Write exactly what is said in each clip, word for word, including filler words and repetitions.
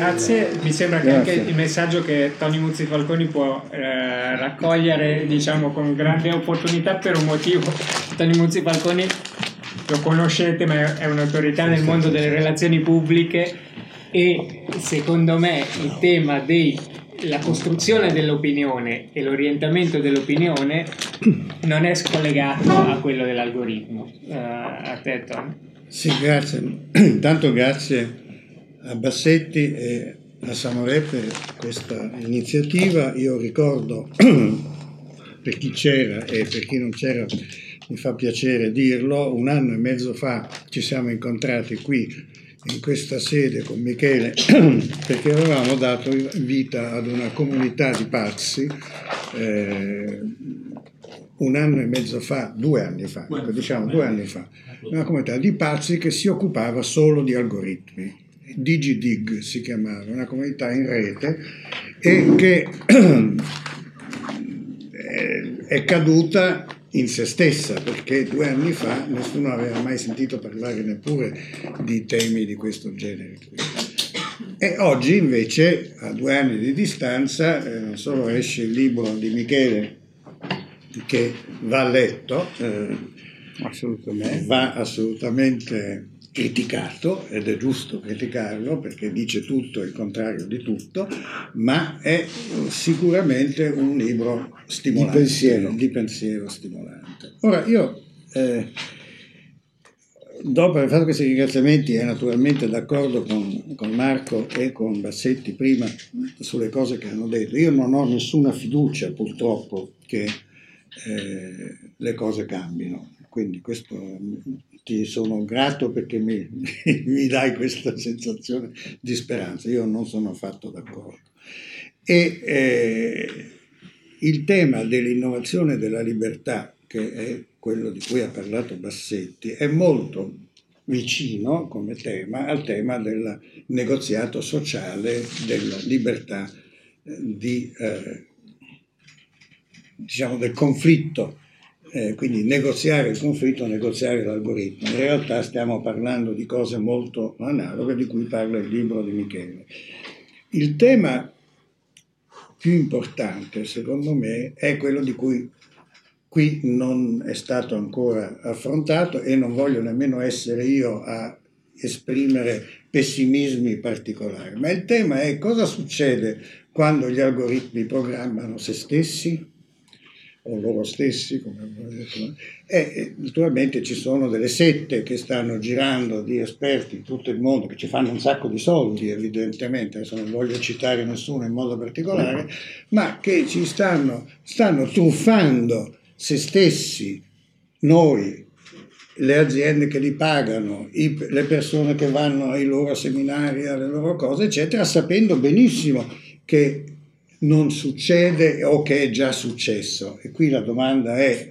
Grazie, mi sembra che Grazie. anche il messaggio che Tony Muzzi Falconi può eh, raccogliere, diciamo, con grande opportunità, per un motivo. Tony Muzzi Falconi lo conoscete, ma è un'autorità nel mondo delle relazioni pubbliche, e secondo me il tema della costruzione dell'opinione e l'orientamento dell'opinione non è scollegato a quello dell'algoritmo. Uh, a te, Tony. Sì, grazie. Intanto grazie a Bassetti e a Samoré per questa iniziativa. Io ricordo, per chi c'era e per chi non c'era mi fa piacere dirlo, un anno e mezzo fa ci siamo incontrati qui in questa sede con Michele perché avevamo dato vita ad una comunità di pazzi eh, un anno e mezzo fa, due anni fa, ecco, diciamo due anni fa, una comunità di pazzi che si occupava solo di algoritmi. DigiDig si chiamava, una comunità in rete e che è caduta in se stessa, perché due anni fa nessuno aveva mai sentito parlare neppure di temi di questo genere. E oggi invece, a due anni di distanza, eh, non solo esce il libro di Michele, che va letto, eh, assolutamente. va assolutamente criticato, ed è giusto criticarlo perché dice tutto e il contrario di tutto, ma è sicuramente un libro stimolante, di pensiero, di pensiero stimolante. Ora io, eh, dopo aver fatto questi ringraziamenti, e naturalmente d'accordo con, con Marco e con Bassetti prima sulle cose che hanno detto, io non ho nessuna fiducia purtroppo che eh, le cose cambino, quindi questo ti sono grato perché mi, mi dai questa sensazione di speranza. Io non sono affatto d'accordo. E eh, il tema dell'innovazione della libertà, che è quello di cui ha parlato Bassetti, è molto vicino come tema al tema del negoziato sociale, della libertà eh, di, eh, diciamo, del conflitto. Eh, quindi negoziare il conflitto, negoziare l'algoritmo. In realtà stiamo parlando di cose molto analoghe di cui parla il libro di Michele. Il tema più importante, secondo me, è quello di cui qui non è stato ancora affrontato, e non voglio nemmeno essere io a esprimere pessimismi particolari, ma il tema è cosa succede quando gli algoritmi programmano se stessi, o loro stessi, come abbiamo detto, e naturalmente ci sono delle sette che stanno girando di esperti in tutto il mondo, che ci fanno un sacco di soldi evidentemente, adesso non voglio citare nessuno in modo particolare, ma che ci stanno, stanno truffando se stessi, noi, le aziende che li pagano, i, le persone che vanno ai loro seminari, alle loro cose, eccetera, sapendo benissimo che non succede o che è già successo. E qui la domanda è,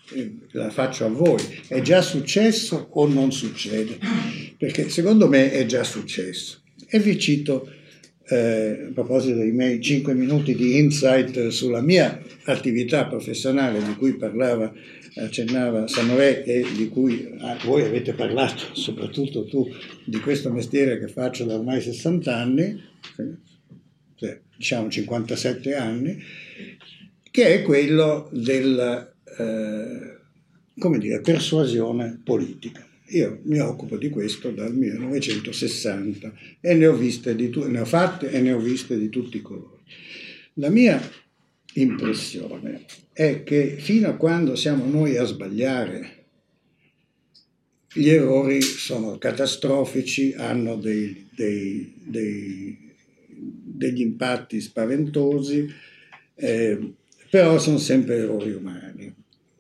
la faccio a voi, è già successo o non succede? Perché secondo me è già successo. E vi cito, eh, a proposito dei miei cinque minuti di insight sulla mia attività professionale, di cui parlava, accennava Samoré, e di cui ah, voi avete parlato, soprattutto tu, di questo mestiere che faccio da ormai sessanta anni, diciamo cinquantasette anni, che è quello della eh, come dire, persuasione politica. Io mi occupo di questo dal millenovecentosessanta e ne ho viste di tu- ne ho fatte e ne ho viste di tutti i colori. La mia impressione è che fino a quando siamo noi a sbagliare, gli errori sono catastrofici, hanno dei, dei, dei degli impatti spaventosi, eh, però sono sempre errori umani.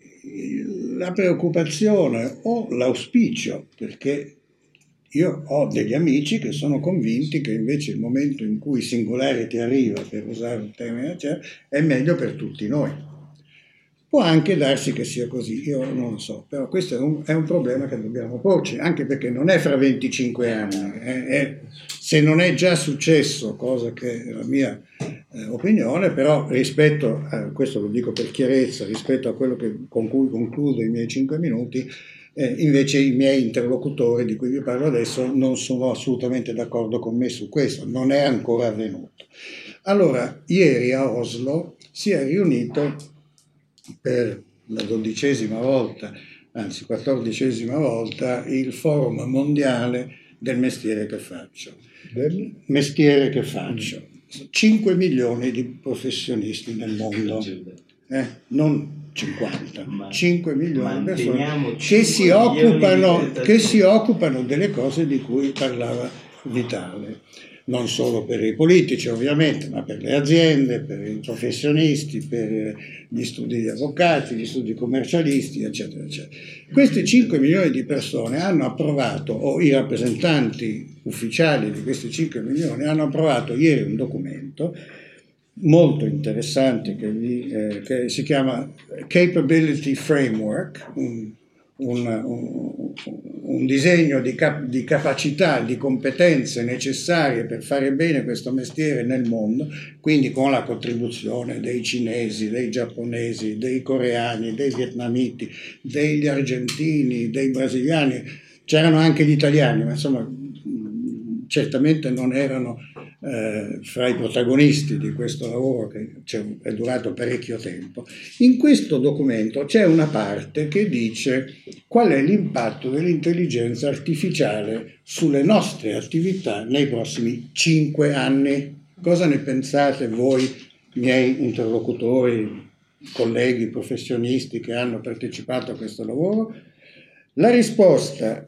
La preoccupazione o l'auspicio, perché io ho degli amici che sono convinti che invece il momento in cui singularity arriva, per usare un termine, cioè, è meglio per tutti noi. Può anche darsi che sia così, io non lo so, però questo è un, è un problema che dobbiamo porci, anche perché non è fra venticinque anni, è, è, se non è già successo, cosa che è la mia eh, opinione, però rispetto a, questo lo dico per chiarezza, rispetto a quello che, con cui concludo i miei cinque minuti, Eh, invece i miei interlocutori di cui vi parlo adesso non sono assolutamente d'accordo con me su questo, non è ancora avvenuto. Allora, ieri a Oslo si è riunito per la dodicesima volta, anzi quattordicesima volta, il Forum Mondiale del Mestiere che Faccio. Del mestiere che faccio. cinque milioni di professionisti nel mondo, eh? Non cinquanta, cinque milioni di persone che si, occupano, che si occupano delle cose di cui parlava Vitale. Non solo per i politici ovviamente, ma per le aziende, per i professionisti, per gli studi di avvocati, gli studi commercialisti, eccetera, eccetera. Questi cinque milioni di persone hanno approvato, o i rappresentanti ufficiali di questi cinque milioni hanno approvato ieri un documento molto interessante che, vi, eh, che si chiama Capability Framework, un, un, un, un disegno di, cap- di capacità, di competenze necessarie per fare bene questo mestiere nel mondo, quindi con la contribuzione dei cinesi, dei giapponesi, dei coreani, dei vietnamiti, degli argentini, dei brasiliani, c'erano anche gli italiani, ma insomma certamente non erano eh, fra i protagonisti di questo lavoro che è durato parecchio tempo. In questo documento c'è una parte che dice qual è l'impatto dell'intelligenza artificiale sulle nostre attività nei prossimi cinque anni. Cosa ne pensate voi, miei interlocutori, colleghi, professionisti che hanno partecipato a questo lavoro? La risposta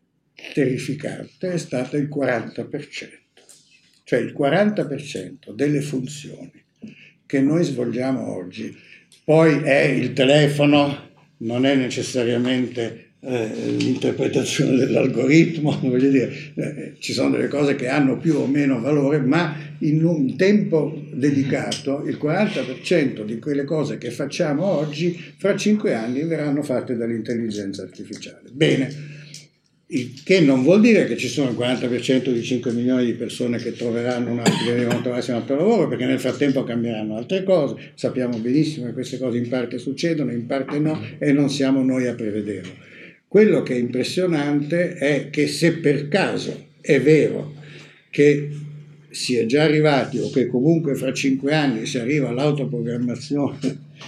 terrificante è stata il quaranta per cento, cioè il quaranta per cento delle funzioni che noi svolgiamo oggi. Poi è il telefono, non è necessariamente eh, l'interpretazione dell'algoritmo, voglio dire, eh, ci sono delle cose che hanno più o meno valore, ma in un tempo dedicato il quaranta per cento di quelle cose che facciamo oggi fra cinque anni verranno fatte dall'intelligenza artificiale. Bene. Il che non vuol dire che ci sono il quaranta per cento di cinque milioni di persone che troveranno un altro, devono trovarsi un altro lavoro, perché nel frattempo cambieranno altre cose. Sappiamo benissimo che queste cose in parte succedono, in parte no, e non siamo noi a prevederlo. Quello che è impressionante è che se per caso è vero che si è già arrivati, o che comunque fra cinque anni si arriva all'autoprogrammazione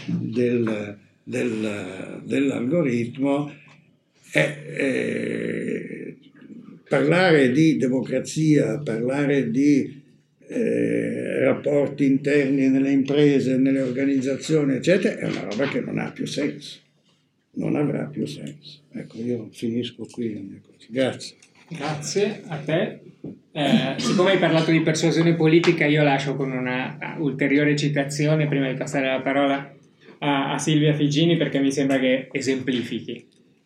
del, del, dell'algoritmo, Eh, eh, parlare di democrazia, parlare di eh, rapporti interni nelle imprese, nelle organizzazioni, eccetera, è una roba che non ha più senso, non avrà più senso. Ecco, io finisco qui la mia cosa. Grazie. Grazie a te. Eh, siccome hai parlato di persuasione politica, io lascio con una ulteriore citazione prima di passare la parola a, a Silvia Figini, perché mi sembra che esemplifichi.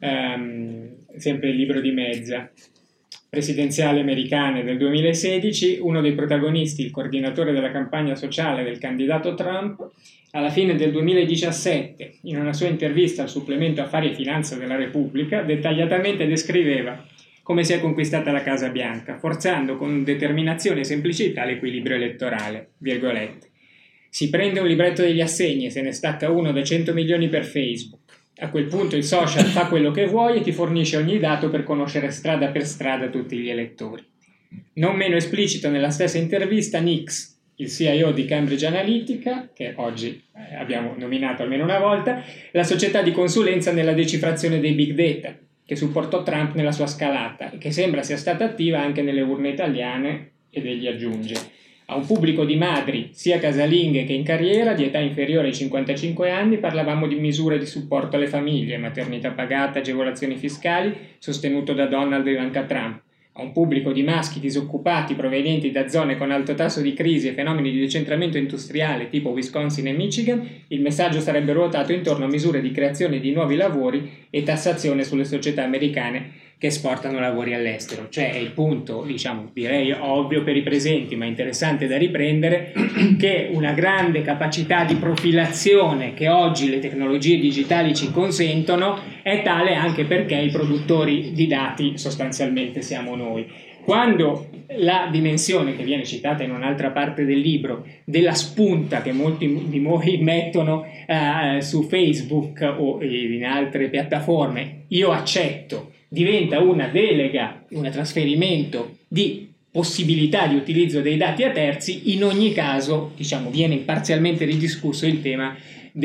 Um, sempre il libro di Mezza, presidenziali americane del duemilasedici, uno dei protagonisti, il coordinatore della campagna sociale del candidato Trump, alla fine del duemiladiciassette, in una sua intervista al supplemento Affari e Finanza della Repubblica, dettagliatamente descriveva come si è conquistata la Casa Bianca, forzando con determinazione e semplicità l'equilibrio elettorale, virgolette. Si prende un libretto degli assegni e se ne stacca uno da cento milioni per Facebook. A quel punto il social fa quello che vuoi e ti fornisce ogni dato per conoscere strada per strada tutti gli elettori. Non meno esplicito nella stessa intervista Nix, il C I O di Cambridge Analytica, che oggi eh, abbiamo nominato almeno una volta, la società di consulenza nella decifrazione dei big data, che supportò Trump nella sua scalata e che sembra sia stata attiva anche nelle urne italiane, ed egli aggiunge: a un pubblico di madri, sia casalinghe che in carriera, di età inferiore ai cinquantacinque anni, parlavamo di misure di supporto alle famiglie, maternità pagata, agevolazioni fiscali, sostenuto da Donald e Ivanka Trump. A un pubblico di maschi disoccupati provenienti da zone con alto tasso di crisi e fenomeni di decentramento industriale tipo Wisconsin e Michigan, il messaggio sarebbe ruotato intorno a misure di creazione di nuovi lavori e tassazione sulle società americane che esportano lavori all'estero. Cioè è il punto, diciamo, direi ovvio per i presenti, ma interessante da riprendere, che una grande capacità di profilazione che oggi le tecnologie digitali ci consentono è tale anche perché i produttori di dati sostanzialmente siamo noi. quando la dimensione che viene citata in un'altra parte del libro della spunta che molti di voi mettono uh, su Facebook o in altre piattaforme, io accetto, diventa una delega, un trasferimento di possibilità di utilizzo dei dati a terzi, in ogni caso, diciamo, viene parzialmente ridiscusso il tema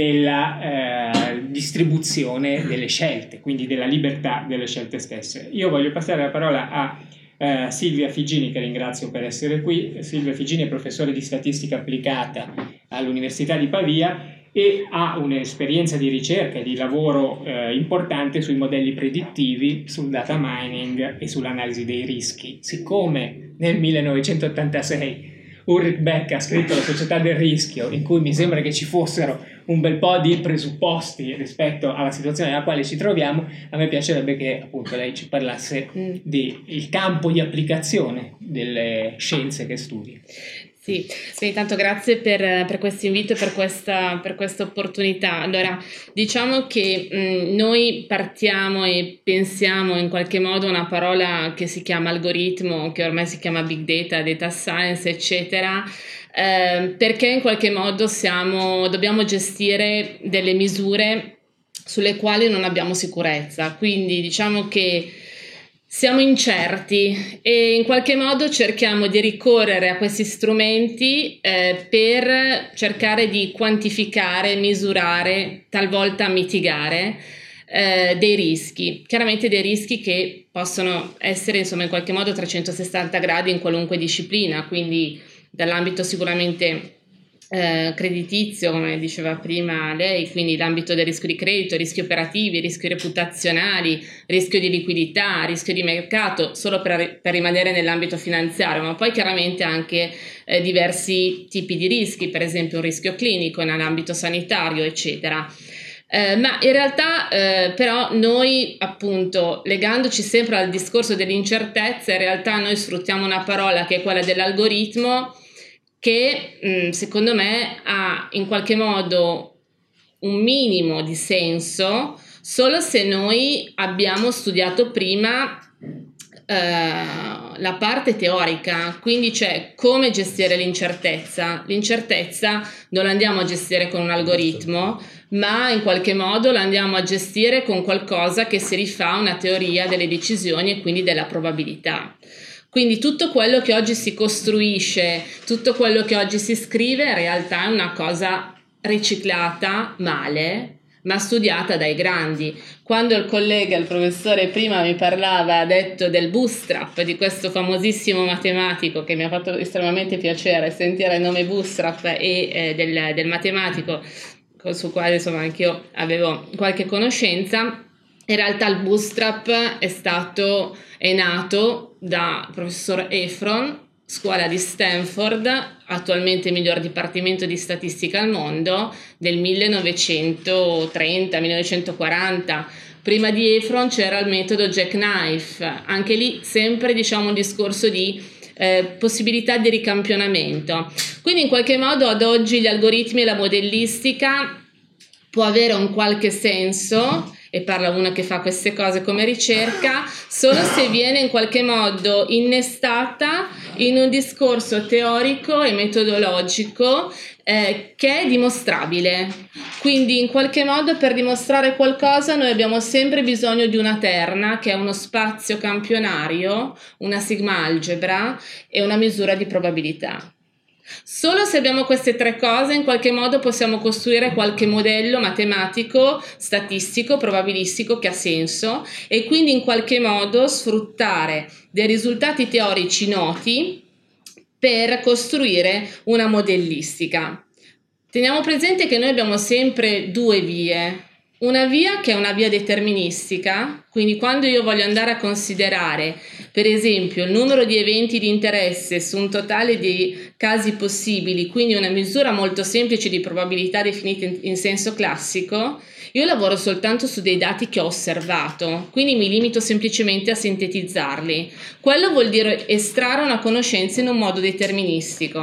della eh, distribuzione delle scelte, quindi della libertà delle scelte stesse. Io voglio passare la parola a Uh, Silvia Figini, che ringrazio per essere qui. Silvia Figini è professore di statistica applicata all'Università di Pavia e ha un'esperienza di ricerca e di lavoro uh, importante sui modelli predittivi, sul data mining e sull'analisi dei rischi. Siccome nel millenovecentottantasei Ulrich Beck ha scritto La società del rischio, in cui mi sembra che ci fossero un bel po' di presupposti rispetto alla situazione nella quale ci troviamo, a me piacerebbe che appunto lei ci parlasse del campo di applicazione delle scienze che studi. Sì, sì, tanto grazie per, per questo invito e per questa, per questa opportunità. Allora, diciamo che mh, noi partiamo e pensiamo in qualche modo a una parola che si chiama algoritmo, che ormai si chiama big data, data science, eccetera, eh, perché in qualche modo siamo, dobbiamo gestire delle misure sulle quali non abbiamo sicurezza. Quindi diciamo che siamo incerti e in qualche modo cerchiamo di ricorrere a questi strumenti eh, per cercare di quantificare, misurare, talvolta mitigare eh, dei rischi. Chiaramente dei rischi che possono essere insomma in qualche modo a trecentosessanta gradi in qualunque disciplina, quindi dall'ambito sicuramente Eh, creditizio, come diceva prima lei, quindi l'ambito del rischio di credito, rischi operativi, rischi reputazionali, rischio di liquidità, rischio di mercato, solo per, per rimanere nell'ambito finanziario, ma poi chiaramente anche eh, diversi tipi di rischi, per esempio un rischio clinico nell'ambito sanitario, eccetera. Eh, ma in realtà eh, però noi appunto legandoci sempre al discorso dell'incertezza, in realtà noi sfruttiamo una parola che è quella dell'algoritmo, che mh, secondo me ha in qualche modo un minimo di senso solo se noi abbiamo studiato prima eh, la parte teorica, quindi cioè come gestire l'incertezza. L'incertezza non la andiamo a gestire con un algoritmo, ma in qualche modo la andiamo a gestire con qualcosa che si rifà a una teoria delle decisioni e quindi della probabilità. Quindi tutto quello che oggi si costruisce, tutto quello che oggi si scrive in realtà è una cosa riciclata male, ma studiata dai grandi. Quando il collega, il professore prima mi parlava, ha detto del bootstrap, di questo famosissimo matematico che mi ha fatto estremamente piacere sentire il nome bootstrap e eh, del, del matematico sul quale insomma anch'io avevo qualche conoscenza. In realtà il bootstrap è stato, è nato da professor Efron, scuola di Stanford, attualmente miglior dipartimento di statistica al mondo, del millenovecentotrenta millenovecentoquaranta. Prima di Efron c'era il metodo Jackknife, anche lì sempre diciamo un discorso di eh, possibilità di ricampionamento. Quindi in qualche modo ad oggi gli algoritmi e la modellistica può avere un qualche senso, e parla uno che fa queste cose come ricerca, solo se viene in qualche modo innestata in un discorso teorico e metodologico eh, che è dimostrabile. Quindi in qualche modo per dimostrare qualcosa noi abbiamo sempre bisogno di una terna, che è uno spazio campionario, una sigma algebra e una misura di probabilità. Solo se abbiamo queste tre cose in qualche modo possiamo costruire qualche modello matematico, statistico, probabilistico che ha senso e quindi in qualche modo sfruttare dei risultati teorici noti per costruire una modellistica. Teniamo presente che noi abbiamo sempre due vie. Una via che è una via deterministica, quindi quando io voglio andare a considerare per esempio il numero di eventi di interesse su un totale di casi possibili, quindi una misura molto semplice di probabilità definita in, in senso classico, io lavoro soltanto su dei dati che ho osservato, quindi mi limito semplicemente a sintetizzarli. Quello vuol dire estrarre una conoscenza in un modo deterministico.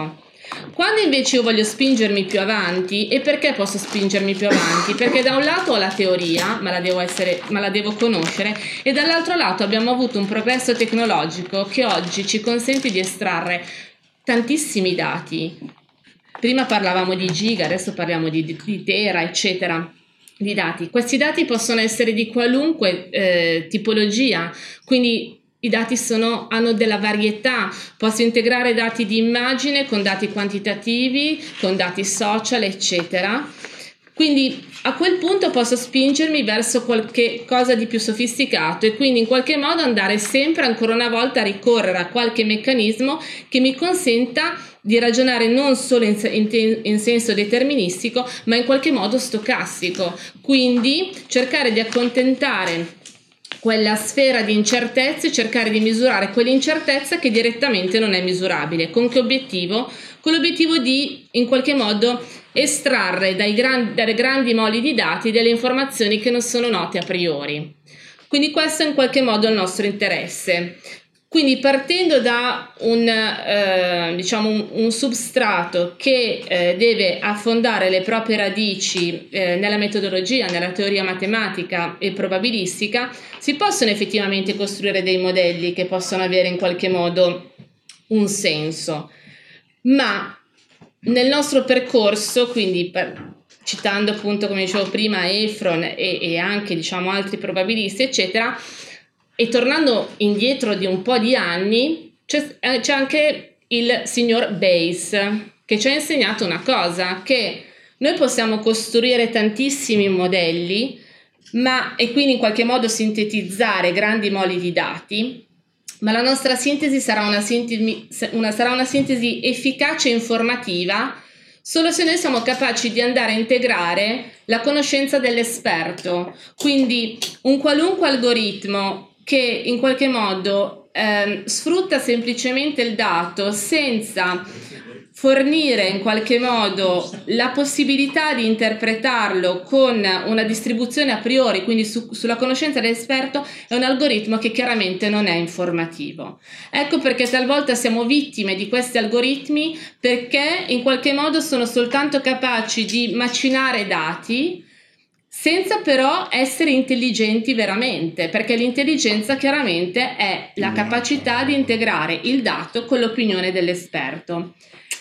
Quando invece io voglio spingermi più avanti, e perché posso spingermi più avanti? Perché da un lato ho la teoria, ma la devo, essere, ma la devo conoscere, e dall'altro lato abbiamo avuto un progresso tecnologico che oggi ci consente di estrarre tantissimi dati. Prima parlavamo di giga, adesso parliamo di, di tera, eccetera, di dati. Questi dati possono essere di qualunque eh, tipologia, quindi i dati sono, hanno della varietà, posso integrare dati di immagine con dati quantitativi, con dati social, eccetera. Quindi a quel punto posso spingermi verso qualche cosa di più sofisticato e quindi in qualche modo andare sempre ancora una volta a ricorrere a qualche meccanismo che mi consenta di ragionare non solo in, in, in senso deterministico, ma in qualche modo stocastico. Quindi cercare di accontentare quella sfera di incertezze, cercare di misurare quell'incertezza che direttamente non è misurabile. Con che obiettivo? Con l'obiettivo di in qualche modo estrarre dai grandi, dalle grandi moli di dati delle informazioni che non sono note a priori. Quindi questo è in qualche modo il nostro interesse. Quindi partendo da un, eh, diciamo un, un substrato che eh, deve affondare le proprie radici eh, nella metodologia, nella teoria matematica e probabilistica, si possono effettivamente costruire dei modelli che possono avere in qualche modo un senso. Ma nel nostro percorso, quindi per, citando appunto come dicevo prima Efron e, e anche diciamo altri probabilisti eccetera, e tornando indietro di un po' di anni, c'è, c'è anche il signor Bayes che ci ha insegnato una cosa, che noi possiamo costruire tantissimi modelli ma, e quindi in qualche modo sintetizzare grandi moli di dati, ma la nostra sintesi sarà una sintesi, una, sarà una sintesi efficace e informativa solo se noi siamo capaci di andare a integrare la conoscenza dell'esperto, quindi un qualunque algoritmo che in qualche modo eh, sfrutta semplicemente il dato senza fornire in qualche modo la possibilità di interpretarlo con una distribuzione a priori, quindi su, sulla conoscenza dell'esperto, è un algoritmo che chiaramente non è informativo. Ecco perché talvolta siamo vittime di questi algoritmi, perché in qualche modo sono soltanto capaci di macinare dati senza però essere intelligenti veramente, perché l'intelligenza chiaramente è la capacità di integrare il dato con l'opinione dell'esperto.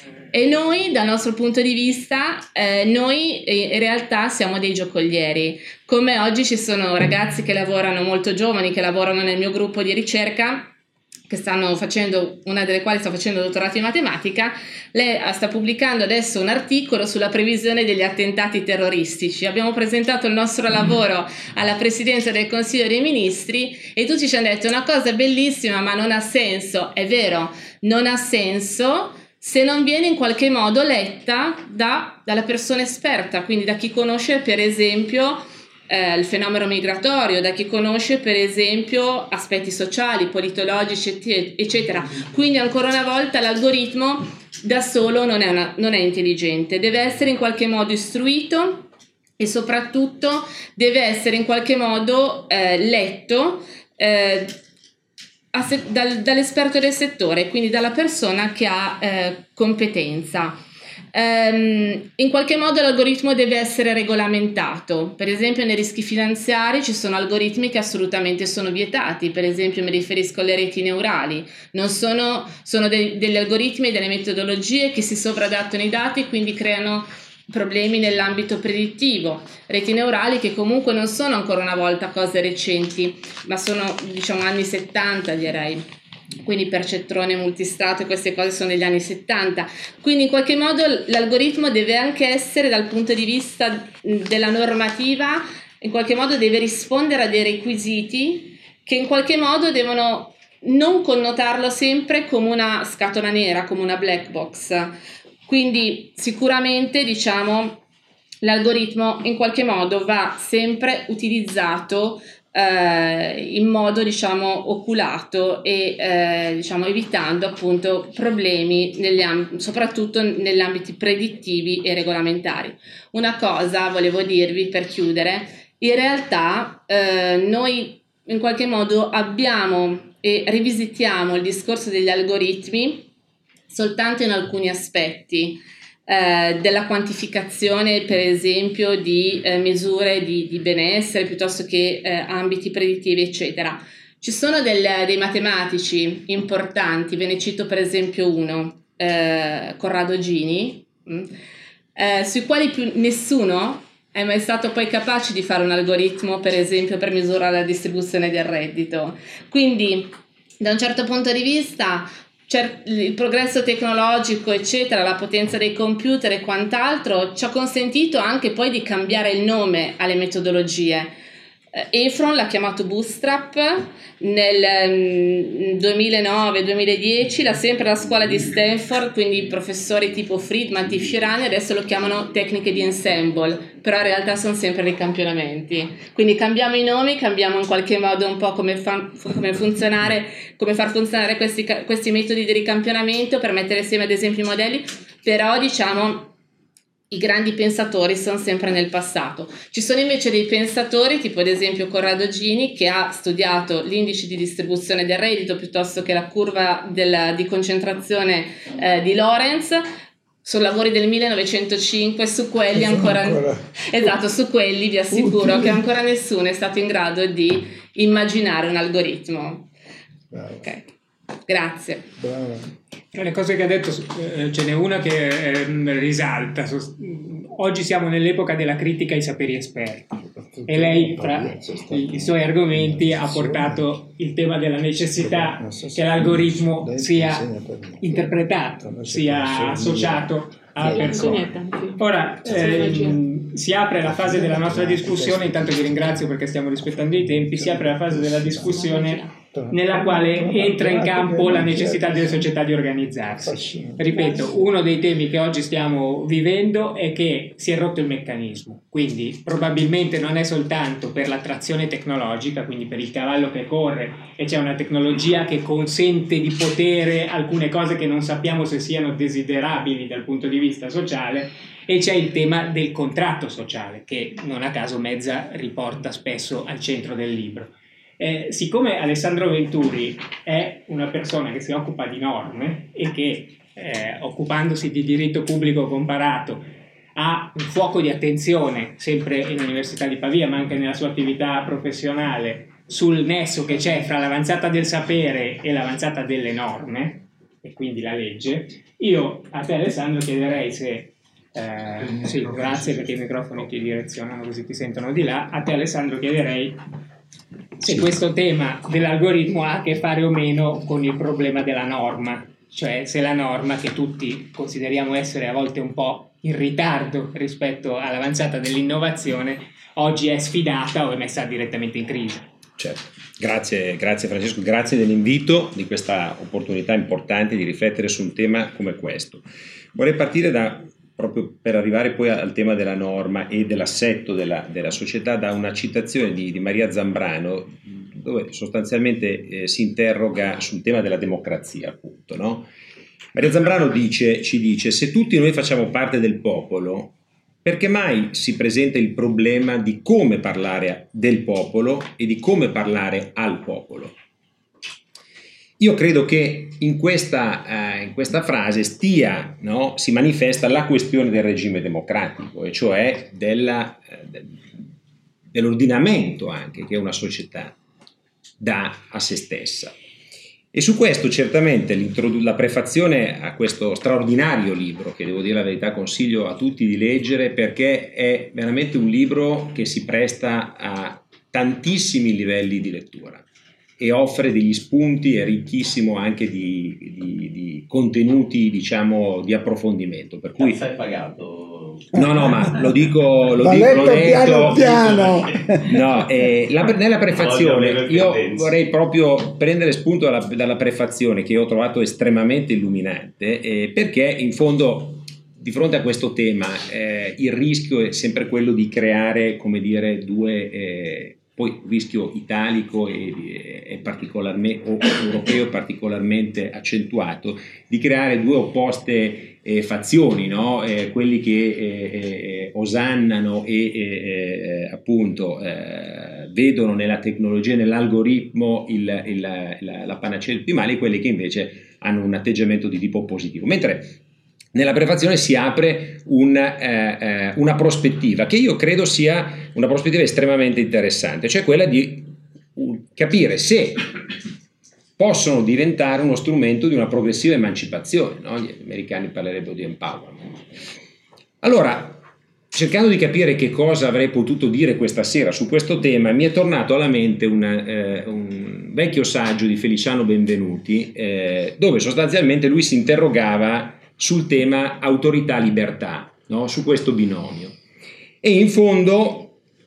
E noi, dal nostro punto di vista, eh, noi in realtà siamo dei giocolieri. Come oggi ci sono ragazzi che lavorano, molto giovani, che lavorano nel mio gruppo di ricerca, che stanno facendo, una delle quali sta facendo dottorato in matematica. Lei sta pubblicando adesso un articolo sulla previsione degli attentati terroristici. Abbiamo presentato il nostro lavoro alla Presidenza del Consiglio dei Ministri e tutti ci hanno detto una cosa bellissima, ma non ha senso. È vero, non ha senso se non viene in qualche modo letta da, dalla persona esperta, quindi da chi conosce per esempio eh, il fenomeno migratorio, da chi conosce per esempio aspetti sociali, politologici, eccetera. Quindi ancora una volta l'algoritmo da solo non è, una, non è intelligente, deve essere in qualche modo istruito e soprattutto deve essere in qualche modo eh, letto eh, Dal, dall'esperto del settore, quindi dalla persona che ha eh, competenza. Um, in qualche modo l'algoritmo deve essere regolamentato. Per esempio nei rischi finanziari ci sono algoritmi che assolutamente sono vietati, per esempio mi riferisco alle reti neurali, non sono, sono de, degli algoritmi e delle metodologie che si sovradattano ai dati e quindi creano problemi nell'ambito predittivo, reti neurali che comunque non sono ancora una volta cose recenti, ma sono diciamo anni settanta direi, quindi percettrone multistrato e queste cose sono degli anni settanta, quindi in qualche modo l'algoritmo deve anche essere dal punto di vista della normativa, in qualche modo deve rispondere a dei requisiti che in qualche modo devono non connotarlo sempre come una scatola nera, come una black box. Quindi sicuramente diciamo l'algoritmo in qualche modo va sempre utilizzato eh, in modo diciamo oculato e eh, diciamo evitando appunto problemi negli amb- soprattutto negli ambiti predittivi e regolamentari. Una cosa volevo dirvi per chiudere, in realtà eh, noi in qualche modo abbiamo e rivisitiamo il discorso degli algoritmi soltanto in alcuni aspetti eh, della quantificazione, per esempio, di eh, misure di, di benessere piuttosto che eh, ambiti predittivi, eccetera. Ci sono del, dei matematici importanti, ve ne cito per esempio uno, eh, Corrado Gini, mh, eh, sui quali più nessuno è mai stato poi capace di fare un algoritmo, per esempio, per misurare la distribuzione del reddito. Quindi, da un certo punto di vista, cer- il progresso tecnologico, eccetera, la potenza dei computer e quant'altro ci ha consentito anche poi di cambiare il nome alle metodologie. Efron l'ha chiamato Bootstrap nel duemilanove duemiladieci, l'ha sempre la scuola di Stanford, quindi professori tipo Friedman, Tifirani, adesso lo chiamano tecniche di ensemble, però in realtà sono sempre dei campionamenti. Quindi cambiamo i nomi, cambiamo in qualche modo un po' come, fa, come funzionare, come far funzionare questi, questi metodi di ricampionamento per mettere insieme ad esempio i modelli, però diciamo i grandi pensatori sono sempre nel passato. Ci sono invece dei pensatori, tipo ad esempio Corrado Gini, che ha studiato l'indice di distribuzione del reddito piuttosto che la curva della, di concentrazione eh, di Lorenz. Sono lavori del millenovecentocinque, su quelli ancora, ancora esatto, su quelli vi assicuro utili. Che ancora nessuno è stato in grado di immaginare un algoritmo. Ok, grazie. Brava. Tra le cose che ha detto eh, ce n'è una che eh, risalta. Oggi siamo nell'epoca della critica ai saperi esperti e lei tra i, i suoi argomenti ha portato il tema della necessità che l'algoritmo sia interpretato, sia associato alla persona. Ora ehm, si apre la fase della nostra discussione, intanto vi ringrazio perché stiamo rispettando i tempi, si apre la fase della discussione nella quale entra in campo la necessità delle società di organizzarsi. Ripeto, uno dei temi che oggi stiamo vivendo è che si è rotto il meccanismo, quindi probabilmente non è soltanto per l'attrazione tecnologica, quindi per il cavallo che corre e c'è una tecnologia che consente di potere alcune cose che non sappiamo se siano desiderabili dal punto di vista sociale, e c'è il tema del contratto sociale che non a caso Mezza riporta spesso al centro del libro. Eh, siccome Alessandro Venturi è una persona che si occupa di norme e che eh, occupandosi di diritto pubblico comparato ha un fuoco di attenzione sempre in Università di Pavia ma anche nella sua attività professionale sul nesso che c'è fra l'avanzata del sapere e l'avanzata delle norme e quindi la legge, io a te Alessandro chiederei se eh, sì, grazie perché i microfoni ti direzionano così ti sentono di là, a te Alessandro chiederei se questo tema dell'algoritmo ha a che fare o meno con il problema della norma, cioè se la norma, che tutti consideriamo essere a volte un po' in ritardo rispetto all'avanzata dell'innovazione, oggi è sfidata o è messa direttamente in crisi. Certo. Grazie, grazie Francesco, grazie dell'invito, di questa opportunità importante di riflettere su un tema come questo. Vorrei partire da proprio per arrivare poi al tema della norma e dell'assetto della, della società, da una citazione di, di Maria Zambrano, dove sostanzialmente eh, si interroga sul tema della democrazia, appunto, no? Maria Zambrano dice, ci dice: se tutti noi facciamo parte del popolo, perché mai si presenta il problema di come parlare del popolo e di come parlare al popolo? Io credo che in questa, eh, in questa frase stia, no, si manifesta la questione del regime democratico, e cioè della, eh, dell'ordinamento anche che una società dà a se stessa. E su questo certamente la prefazione a questo straordinario libro, che devo dire la verità consiglio a tutti di leggere, perché è veramente un libro che si presta a tantissimi livelli di lettura e offre degli spunti, è ricchissimo anche di, di, di contenuti, diciamo, di approfondimento. Per cui sei pagato? No, no, ma lo dico, lo dico, l'ho detto piano piano. No, eh, la, nella prefazione io vorrei proprio prendere spunto dalla, dalla prefazione, che ho trovato estremamente illuminante, eh, perché in fondo di fronte a questo tema eh, il rischio è sempre quello di creare, come dire, due eh, poi rischio italico e, e particolarmente o europeo particolarmente accentuato, di creare due opposte eh, fazioni, no? Eh, quelli che eh, eh, osannano e eh, appunto eh, vedono nella tecnologia, nell'algoritmo il, il, la, la panacea di tutti i mali, e quelli che invece hanno un atteggiamento di tipo positivo. Mentre nella prefazione si apre un, eh, eh, una prospettiva che io credo sia una prospettiva estremamente interessante, cioè quella di capire se possono diventare uno strumento di una progressiva emancipazione, no? Gli americani parlerebbero di empowerment. Allora, cercando di capire che cosa avrei potuto dire questa sera su questo tema, mi è tornato alla mente una, eh, un vecchio saggio di Feliciano Benvenuti, eh, dove sostanzialmente lui si interrogava sul tema autorità-libertà, no? Su questo binomio. E in fondo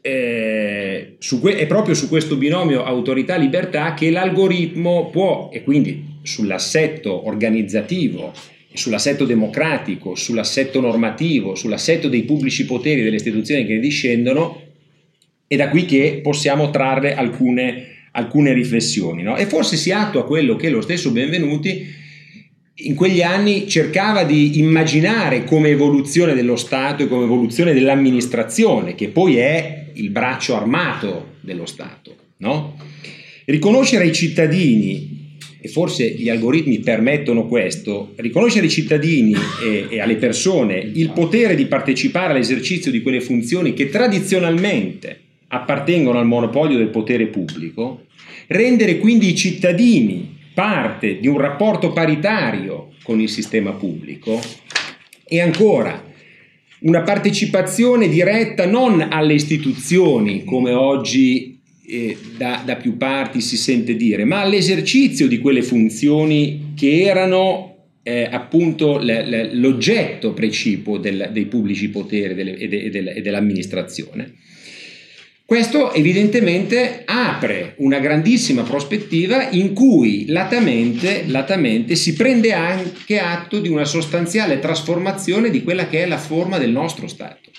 eh, su que- è proprio su questo binomio autorità-libertà che l'algoritmo può, e quindi sull'assetto organizzativo, sull'assetto democratico, sull'assetto normativo, sull'assetto dei pubblici poteri delle istituzioni che ne discendono, è da qui che possiamo trarre alcune, alcune riflessioni, no? E forse si attua quello che lo stesso Benvenuti in quegli anni cercava di immaginare come evoluzione dello Stato e come evoluzione dell'amministrazione, che poi è il braccio armato dello Stato, no? Riconoscere ai cittadini, e forse gli algoritmi permettono questo, riconoscere ai cittadini e, e alle persone il potere di partecipare all'esercizio di quelle funzioni che tradizionalmente appartengono al monopolio del potere pubblico, rendere quindi i cittadini parte di un rapporto paritario con il sistema pubblico, e ancora una partecipazione diretta non alle istituzioni come oggi eh, da, da più parti si sente dire, ma all'esercizio di quelle funzioni che erano eh, appunto le, le, l'oggetto precipuo del, dei pubblici poteri delle, e, de, e, de, e dell'amministrazione. Questo evidentemente apre una grandissima prospettiva in cui latamente, latamente si prende anche atto di una sostanziale trasformazione di quella che è la forma del nostro Stato.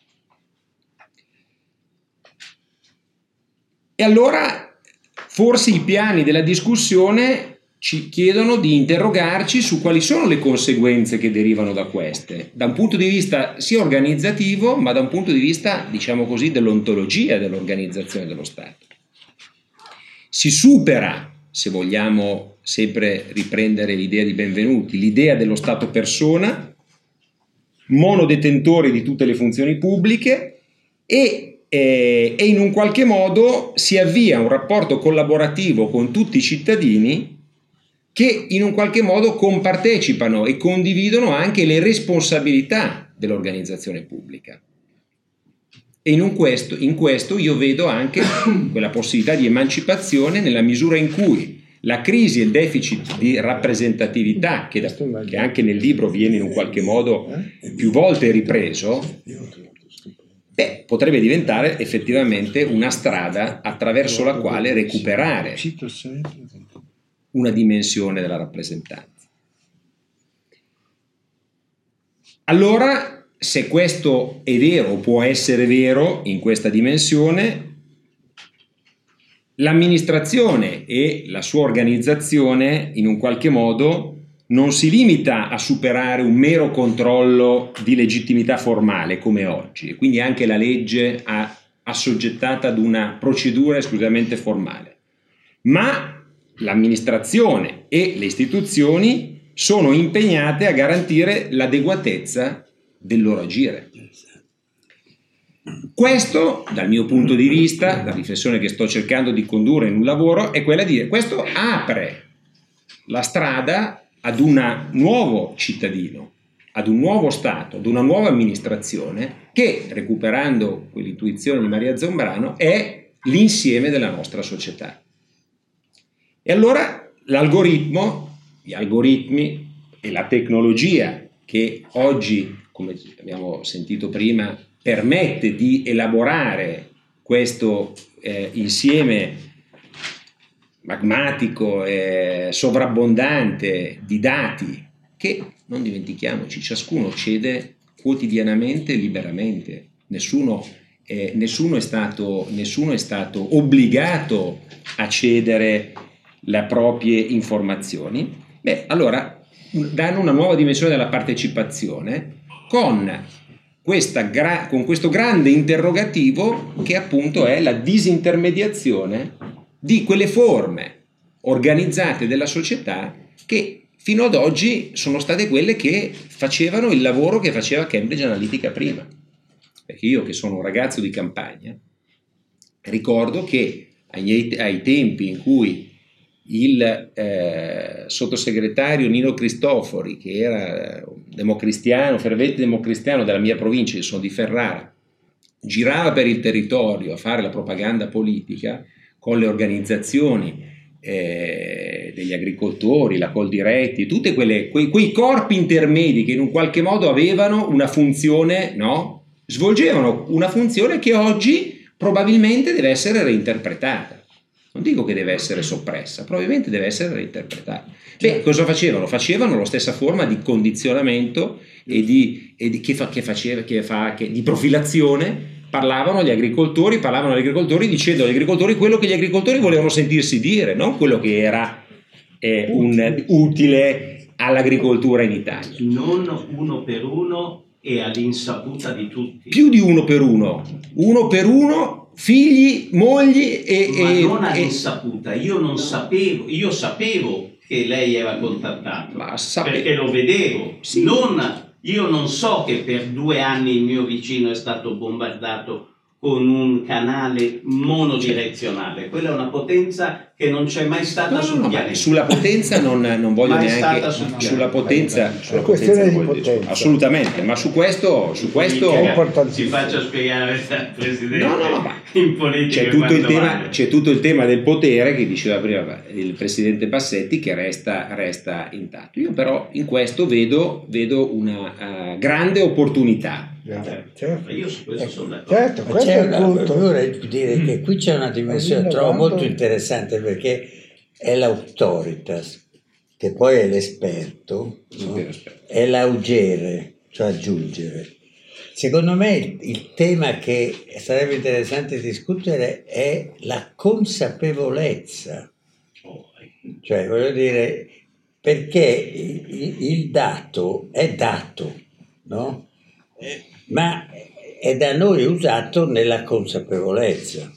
E allora forse i piani della discussione ci chiedono di interrogarci su quali sono le conseguenze che derivano da queste, da un punto di vista sia organizzativo, ma da un punto di vista, diciamo così, dell'ontologia dell'organizzazione dello Stato. Si supera, se vogliamo sempre riprendere l'idea di Benvenuti, l'idea dello Stato persona, monodetentore di tutte le funzioni pubbliche, e, eh, e in un qualche modo si avvia un rapporto collaborativo con tutti i cittadini che in un qualche modo compartecipano e condividono anche le responsabilità dell'organizzazione pubblica. E in, un questo, in questo io vedo anche quella possibilità di emancipazione nella misura in cui la crisi e il deficit di rappresentatività, che, da, che anche nel libro viene in un qualche modo più volte ripreso, beh, potrebbe diventare effettivamente una strada attraverso la quale recuperare una dimensione della rappresentanza. Allora, se questo è vero o può essere vero in questa dimensione, l'amministrazione e la sua organizzazione in un qualche modo non si limita a superare un mero controllo di legittimità formale come oggi, e quindi anche la legge è assoggettata ad una procedura esclusivamente formale, ma l'amministrazione e le istituzioni sono impegnate a garantire l'adeguatezza del loro agire. Questo, dal mio punto di vista, la riflessione che sto cercando di condurre in un lavoro è quella di dire: questo apre la strada ad un nuovo cittadino, ad un nuovo Stato, ad una nuova amministrazione che, recuperando quell'intuizione di Maria Zombrano, è l'insieme della nostra società. E allora l'algoritmo, gli algoritmi e la tecnologia che oggi, come abbiamo sentito prima, permette di elaborare questo eh, insieme magmatico e sovrabbondante di dati che, non dimentichiamoci, ciascuno cede quotidianamente e liberamente. Nessuno, eh, nessuno, è stato, nessuno è stato obbligato a cedere le proprie informazioni. Beh, allora danno una nuova dimensione della partecipazione con questa gra- con questo grande interrogativo che appunto è la disintermediazione di quelle forme organizzate della società che fino ad oggi sono state quelle che facevano il lavoro che faceva Cambridge Analytica prima. Perché io, che sono un ragazzo di campagna, ricordo che ai, ai tempi in cui il eh, sottosegretario Nino Cristofori, che era democristiano, fervente democristiano della mia provincia, io sono di Ferrara, girava per il territorio a fare la propaganda politica con le organizzazioni eh, degli agricoltori, la Coldiretti, tutti quei, quei corpi intermedi che in un qualche modo avevano una funzione, no? Svolgevano una funzione che oggi probabilmente deve essere reinterpretata. Non dico che deve essere soppressa, probabilmente deve essere reinterpretata. Beh, cosa facevano? Facevano la stessa forma di condizionamento e di, e di che, fa, che faceva, che fa, che, di profilazione. Parlavano agli agricoltori, parlavano agli agricoltori dicendo agli agricoltori quello che gli agricoltori volevano sentirsi dire, non quello che era eh, un, utile all'agricoltura in Italia. Non uno per uno e all'insaputa di tutti. Più di uno per uno, uno per uno, figli, mogli e... Ma e, non e... all'insaputa, io non sapevo, io sapevo che lei era contattato, Ma sape... perché lo vedevo, sì. non... Io non so che per due anni il mio vicino è stato bombardato con un canale monodirezionale. Quella è una potenza che non c'è mai stata no, sul no, pianeta. Sulla potenza non, non voglio mai neanche... Sul sulla potenza... Sulla questione potenza di voglio potenza. Assolutamente, ma su questo... Su questo si faccia spiegare al Presidente. No, no, no, ma in politica c'è tutto, il tema, vale. c'è tutto il tema del potere che diceva prima il Presidente Bassetti, che resta, resta intatto. Io però in questo vedo, vedo una uh, grande opportunità. Certo, Io su questo ecco, sono d'accordo. certo, questo C'è è il una, punto. vorrei dire che qui c'è una dimensione, trovo Quando- molto interessante, perché è l'autoritas, che poi è l'esperto, no? È l'augere, cioè aggiungere. Secondo me il, il tema che sarebbe interessante discutere è la consapevolezza, cioè voglio dire, perché il, il dato è dato, no? Eh, ma è da noi usato nella consapevolezza.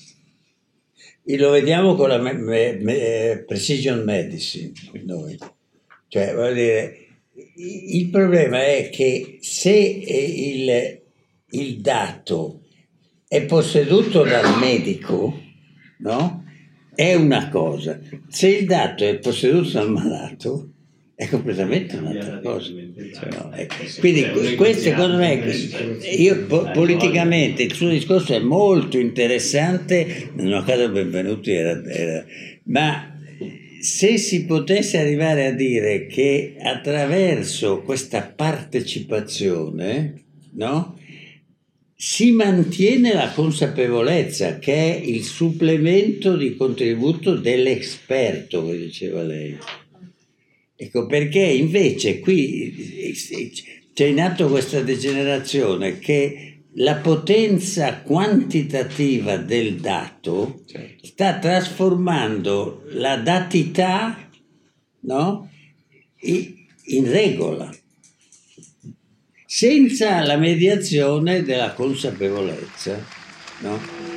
E lo vediamo con la me- me- me- precision medicine, noi. Cioè, voglio dire, il problema è che se il, il dato è posseduto dal medico, no? È una cosa. Se il dato è posseduto dal malato, è completamente un'altra cosa. No, ecco. Quindi questo secondo me, io po- politicamente il suo discorso è molto interessante, non a caso benvenuti era, era, ma se si potesse arrivare a dire che attraverso questa partecipazione, no, si mantiene la consapevolezza, che è il supplemento di contributo dell'esperto, come diceva lei. Ecco perché invece qui c'è in atto questa degenerazione che la potenza quantitativa del dato sta trasformando la datità, no, in regola, senza la mediazione della consapevolezza, no?